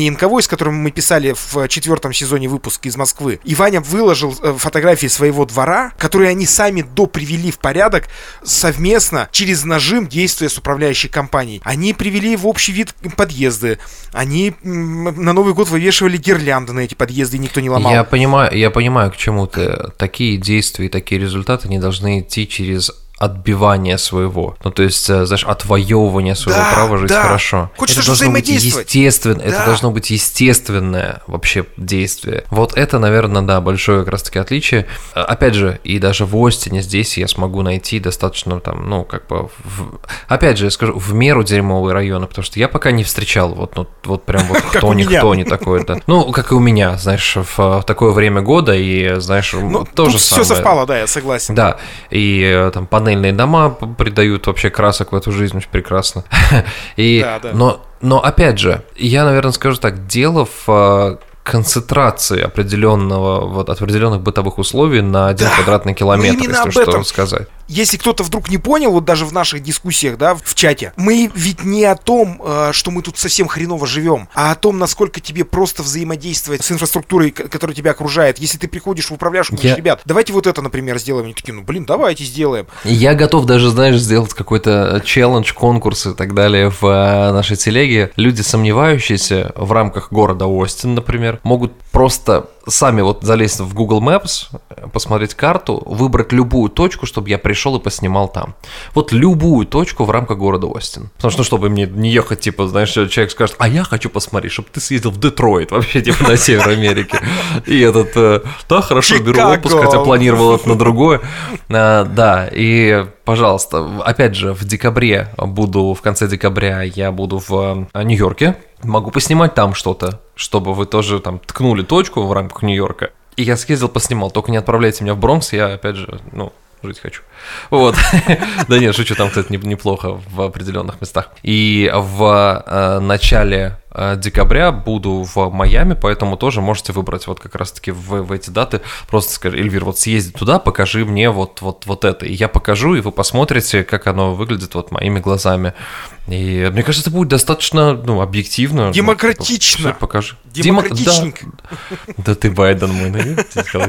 Янковой, с которым мы писали в четвертом сезоне выпуск из Москвы, и Ваня выложил фотографии своего двора, которые они сами допривели в порядок совместно через нажим, действуя с управляющей компанией. Они привели в общий вид подъезды, они на Новый год вывешивали гирлянды на эти подъезды, и никто не ломал. Я понимаю, я понимаю, к чему ты. Такие действия и такие результаты не должны идти через отбивание своего, ну то есть, знаешь, отвоевывание своего да, права жить да. хорошо. Хочется это должно быть естественно, да. Это должно быть естественное вообще действие. Вот это, наверное, да, большое как раз-таки отличие. Опять же, и даже в Остине здесь я смогу найти достаточно там, ну как бы, в... опять же, я скажу, в меру дерьмовые районы, потому что я пока не встречал вот, ну, вот прям вот кто-никто не такой, да. Ну, как и у меня, знаешь, в такое время года и, знаешь, тоже самое. Все совпало, да, я согласен. Да, и там панельные дома придают вообще красок в эту жизнь, очень прекрасно. И, да, да. Но, но опять же, я, наверное, скажу так, дело в концентрации определенного, вот, определенных бытовых условий на один да, квадратный километр, если что этом. сказать. Если кто-то вдруг не понял, вот даже в наших дискуссиях, да, в чате, мы ведь не о том, что мы тут совсем хреново живем, а о том, насколько тебе просто взаимодействовать с инфраструктурой, которая тебя окружает. Если ты приходишь в управляшку, говоришь, Я... ребят, давайте вот это, например, сделаем. Они такие, ну, блин, давайте сделаем. Я готов даже, знаешь, сделать какой-то челлендж, конкурс и так далее в нашей телеге. Люди, сомневающиеся в рамках города Остин, например, могут просто сами вот залезть в Google Maps, посмотреть карту, выбрать любую точку, чтобы я пришел и поснимал там. Вот любую точку в рамках города Остин. Потому что, ну, чтобы мне не ехать, типа, знаешь, человек скажет, а я хочу посмотреть, чтобы ты съездил в Детройт, вообще, типа, на север Америки. И этот, да, хорошо, беру отпуск, хотя планировал это на другое. Да, и... Пожалуйста, опять же, в декабре буду, в конце декабря я буду в Нью-Йорке. Могу поснимать там что-то, чтобы вы тоже там ткнули точку в рамках Нью-Йорка. И я съездил, поснимал. Только не отправляйте меня в Бронкс, я, опять же, ну, жить хочу. Вот. Да нет, шучу, там, кстати, неплохо в определенных местах. И в начале декабря буду в Майами, поэтому тоже можете выбрать вот как раз-таки в, в эти даты. Просто скажи, Эльвир, вот съезди туда, покажи мне вот, вот, вот это. И я покажу, и вы посмотрите, как оно выглядит вот моими глазами. И мне кажется, это будет достаточно, ну, объективно. Демократично. Ну, покажи. Демократичненько. Да, да ты Байден мой, наверное.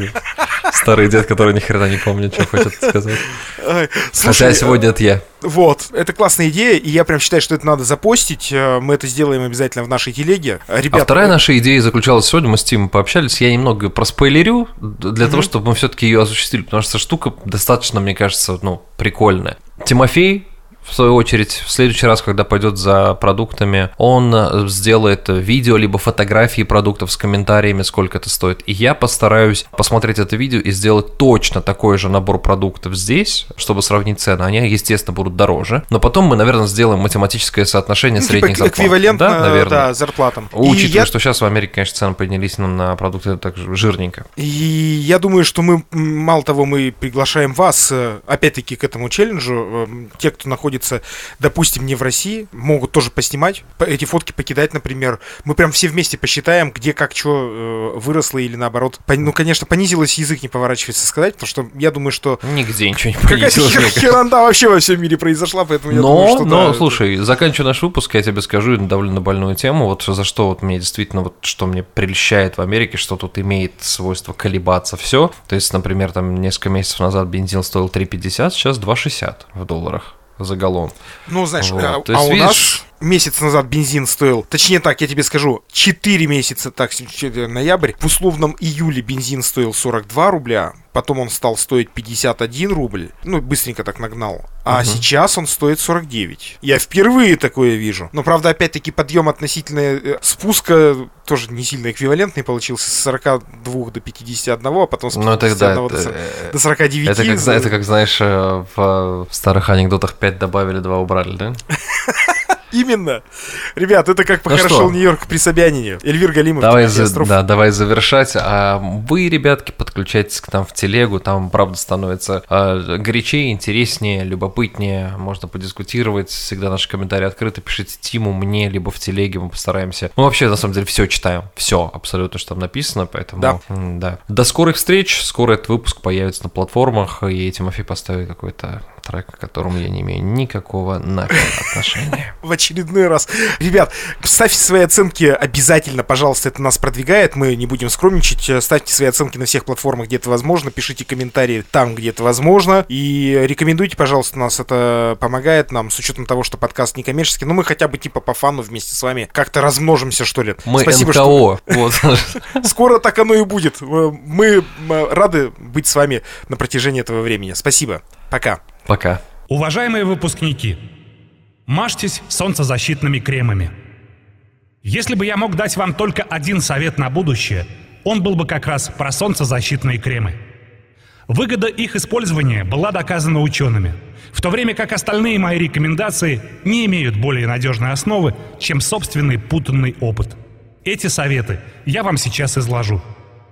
Старый дед, который ни хрена не помнит, что хочет сказать. Слушай, хотя сегодня это я. Вот, это классная идея, и я прям считаю, что это надо запостить. Мы это сделаем обязательно в нашей телеге. Ребята, а вторая мы... наша идея заключалась сегодня, мы с Тимом пообщались, я немного проспойлерю для mm-hmm. того, чтобы мы все-таки ее осуществили, потому что штука достаточно, мне кажется, ну, прикольная. Тимофей, в свою очередь, в следующий раз, когда пойдет за продуктами, он сделает видео, либо фотографии продуктов с комментариями, сколько это стоит. И я постараюсь посмотреть это видео и сделать точно такой же набор продуктов здесь, чтобы сравнить цены. Они, естественно, будут дороже. Но потом мы, наверное, сделаем математическое соотношение ну, средних типа зарплат. Эквивалентно, да, наверное. Да, зарплатам. Учитывая, я... что сейчас в Америке, конечно, цены поднялись на продукты так жирненько. И я думаю, что мы, мало того, мы приглашаем вас, опять-таки, к этому челленджу. Те, кто находится, допустим, не в России, могут тоже поснимать, эти фотки покидать, например. Мы прям все вместе посчитаем, где как что э, выросло или наоборот. По, ну, конечно, понизилось, язык не поворачивается сказать, потому что я думаю, что... Нигде ничего не понизилось. Какая-то херанда вообще во всем мире произошла, поэтому я но, думаю, что... Но, да, слушай, это... заканчиваю наш выпуск, я тебе скажу довольно больную тему, вот за что вот мне действительно, вот что мне прельщает в Америке, что тут имеет свойство колебаться все. То есть, например, там несколько месяцев назад бензин стоил три пятьдесят, сейчас два шестьдесят в долларах за галлон. Ну, знаешь, вот. а, есть, а у видишь... нас месяц назад бензин стоил, точнее так, я тебе скажу, четыре месяца, так, ноябрь, в условном июле бензин стоил сорок два рубля, потом он стал стоить пятьдесят один рубль, ну, быстренько так нагнал, а uh-huh. сейчас он стоит сорок девять. Я впервые такое вижу. Но, правда, опять-таки, подъем относительно э, спуска тоже не сильно эквивалентный получился, с сорока двух до пятидесяти одного, а потом с пятидесяти одного ну, это, до, это, до сорока девяти. Это как, это как, знаешь, в, в старых анекдотах пять добавили, два убрали, да? Именно. Ребят, это как похорошел ну Нью-Йорк при Собянине. Эльвир Галимов. Давай, за, да, давай завершать. А вы, ребятки, подключайтесь к нам в телегу. Там, правда, становится э, горячее, интереснее, любопытнее. Можно подискутировать. Всегда наши комментарии открыты. Пишите Тиму, мне, либо в телеге. Мы постараемся. Ну, вообще, на самом деле, все читаем. Все абсолютно, что там написано. Поэтому, да. да. До скорых встреч. Скоро этот выпуск появится на платформах. И Тимофей поставит какой-то трек, к которому я не имею никакого нахер отношения. В очередной раз. Ребят, ставьте свои оценки обязательно, пожалуйста, это нас продвигает, мы не будем скромничать. Ставьте свои оценки на всех платформах, где это возможно, пишите комментарии там, где это возможно, и рекомендуйте, пожалуйста, нас, это помогает нам, с учетом того, что подкаст не коммерческий, но мы хотя бы типа по фану вместе с вами как-то размножимся, что ли. Мы Спасибо, эн ка о. что... Вот. Скоро так оно и будет. Мы рады быть с вами на протяжении этого времени. Спасибо. Пока. Пока. Уважаемые выпускники, мажьтесь солнцезащитными кремами. Если бы я мог дать вам только один совет на будущее, он был бы как раз про солнцезащитные кремы. Выгода их использования была доказана учеными, в то время как остальные мои рекомендации не имеют более надежной основы, чем собственный путанный опыт. Эти советы я вам сейчас изложу.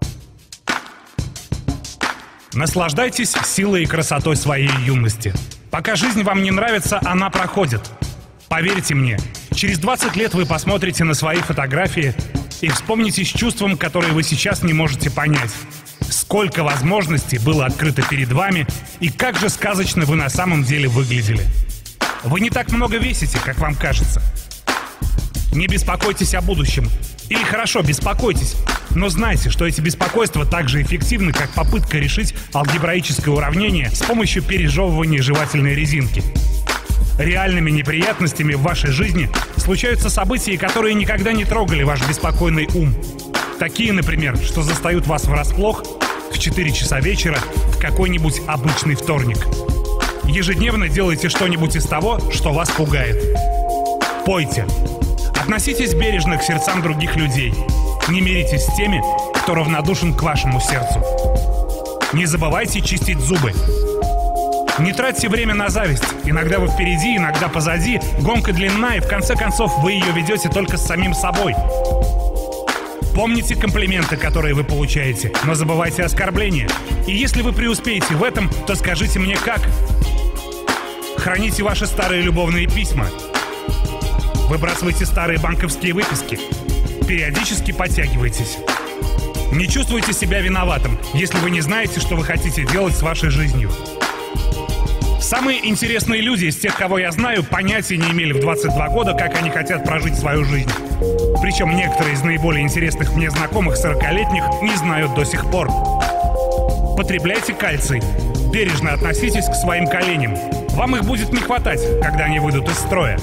Наслаждайтесь силой и красотой своей юности. Пока жизнь вам не нравится, она проходит. Поверьте мне, через двадцать лет вы посмотрите на свои фотографии и вспомните с чувством, которое вы сейчас не можете понять. Сколько возможностей было открыто перед вами и как же сказочно вы на самом деле выглядели. Вы не так много весите, как вам кажется. Не беспокойтесь о будущем. Или хорошо, беспокойтесь, но знайте, что эти беспокойства так же эффективны, как попытка решить алгебраическое уравнение с помощью пережевывания жевательной резинки. Реальными неприятностями в вашей жизни случаются события, которые никогда не трогали ваш беспокойный ум. Такие, например, что застают вас врасплох в четыре часа вечера в какой-нибудь обычный вторник. Ежедневно делайте что-нибудь из того, что вас пугает. Пойте. Относитесь бережно к сердцам других людей. Не миритесь с теми, кто равнодушен к вашему сердцу. Не забывайте чистить зубы. Не тратьте время на зависть. Иногда вы впереди, иногда позади. Гонка длинна, и в конце концов вы ее ведете только с самим собой. Помните комплименты, которые вы получаете, но забывайте оскорбления. И если вы преуспеете в этом, то скажите мне как. Храните ваши старые любовные письма. Выбрасывайте старые банковские выписки. Периодически подтягивайтесь. Не чувствуйте себя виноватым, если вы не знаете, что вы хотите делать с вашей жизнью. Самые интересные люди из тех, кого я знаю, понятия не имели в двадцать два года, как они хотят прожить свою жизнь. Причем некоторые из наиболее интересных мне знакомых сорокалетних не знают до сих пор. Потребляйте кальций. Бережно относитесь к своим коленям. Вам их будет не хватать, когда они выйдут из строя.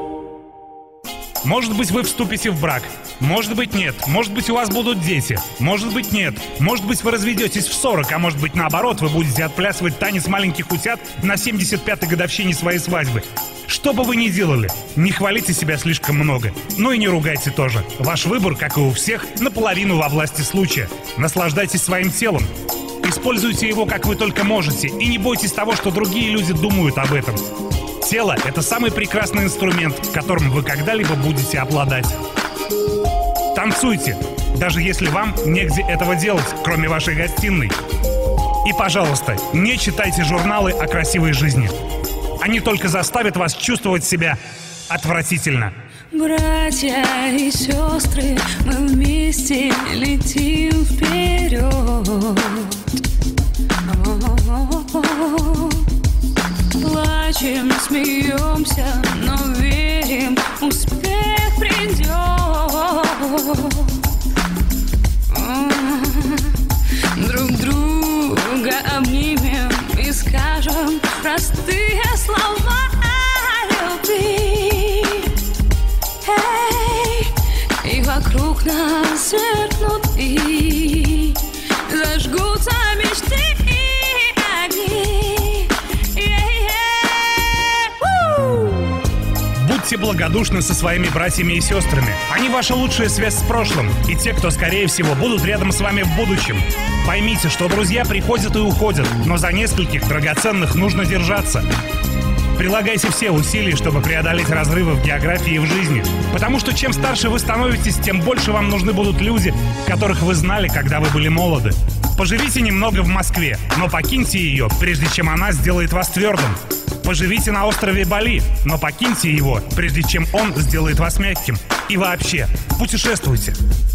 Может быть, вы вступите в брак. Может быть, нет. Может быть, у вас будут дети. Может быть, нет. Может быть, вы разведетесь в сорок, а может быть, наоборот, вы будете отплясывать танец маленьких утят на семьдесят пятой годовщине своей свадьбы. Что бы вы ни делали, не хвалите себя слишком много. Ну и не ругайте тоже. Ваш выбор, как и у всех, наполовину во власти случая. Наслаждайтесь своим телом. Используйте его, как вы только можете, и не бойтесь того, что другие люди думают об этом. Тело — это самый прекрасный инструмент, которым вы когда-либо будете обладать. Танцуйте, даже если вам негде этого делать, кроме вашей гостиной. И, пожалуйста, не читайте журналы о красивой жизни. Они только заставят вас чувствовать себя отвратительно. Братья и сестры, мы вместе летим вперед. Плачем, смеемся, но верим, успех придет. Друг друга обнимем и скажем простые слова любви. Эй, и вокруг нас сверкнут и зажгутся мечты. Будьте благодушны со своими братьями и сестрами. Они ваша лучшая связь с прошлым и те, кто, скорее всего, будут рядом с вами в будущем. Поймите, что друзья приходят и уходят, но за нескольких драгоценных нужно держаться. Прилагайте все усилия, чтобы преодолеть разрывы в географии и в жизни. Потому что чем старше вы становитесь, тем больше вам нужны будут люди, которых вы знали, когда вы были молоды. Поживите немного в Москве, но покиньте ее, прежде чем она сделает вас твердым. Поживите на острове Бали, но покиньте его, прежде чем он сделает вас мягким. И вообще, путешествуйте.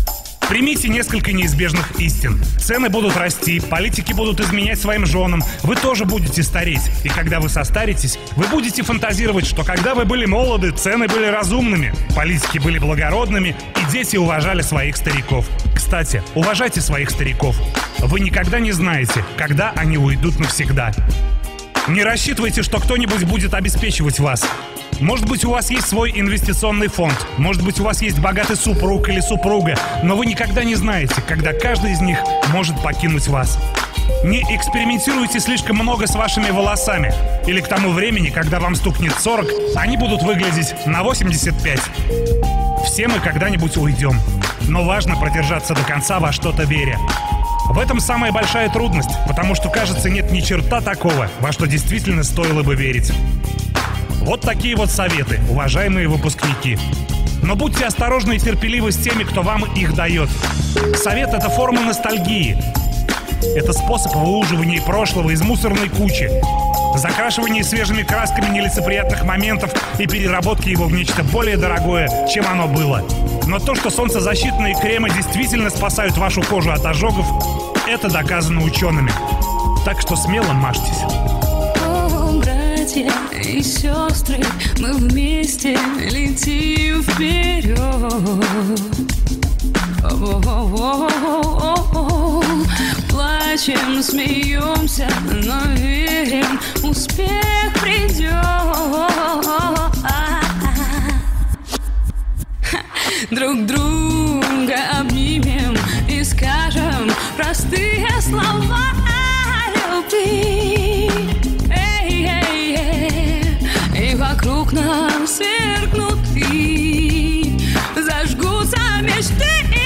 Примите несколько неизбежных истин. Цены будут расти, политики будут изменять своим женам, вы тоже будете стареть. И когда вы состаритесь, вы будете фантазировать, что когда вы были молоды, цены были разумными, политики были благородными, и дети уважали своих стариков. Кстати, уважайте своих стариков. Вы никогда не знаете, когда они уйдут навсегда. Не рассчитывайте, что кто-нибудь будет обеспечивать вас. Может быть, у вас есть свой инвестиционный фонд, может быть, у вас есть богатый супруг или супруга, но вы никогда не знаете, когда каждый из них может покинуть вас. Не экспериментируйте слишком много с вашими волосами, или к тому времени, когда вам стукнет сорок, они будут выглядеть на восемьдесят пять. Все мы когда-нибудь уйдем, но важно продержаться до конца во что-то веря. В этом самая большая трудность, потому что, кажется, нет ни черта такого, во что действительно стоило бы верить. Вот такие вот советы, уважаемые выпускники. Но будьте осторожны и терпеливы с теми, кто вам их дает. Совет — это форма ностальгии. Это способ выуживания прошлого из мусорной кучи, закрашивания свежими красками нелицеприятных моментов и переработки его в нечто более дорогое, чем оно было. Но то, что солнцезащитные кремы действительно спасают вашу кожу от ожогов, это доказано учеными. Так что смело мажьтесь. Братья и сестры, мы вместе летим вперед. Плачем, смеемся, но верим, успех придет. Друг друга обнимем и скажем простые слова любви. И вокруг нас сверкнут и зажгутся мечты.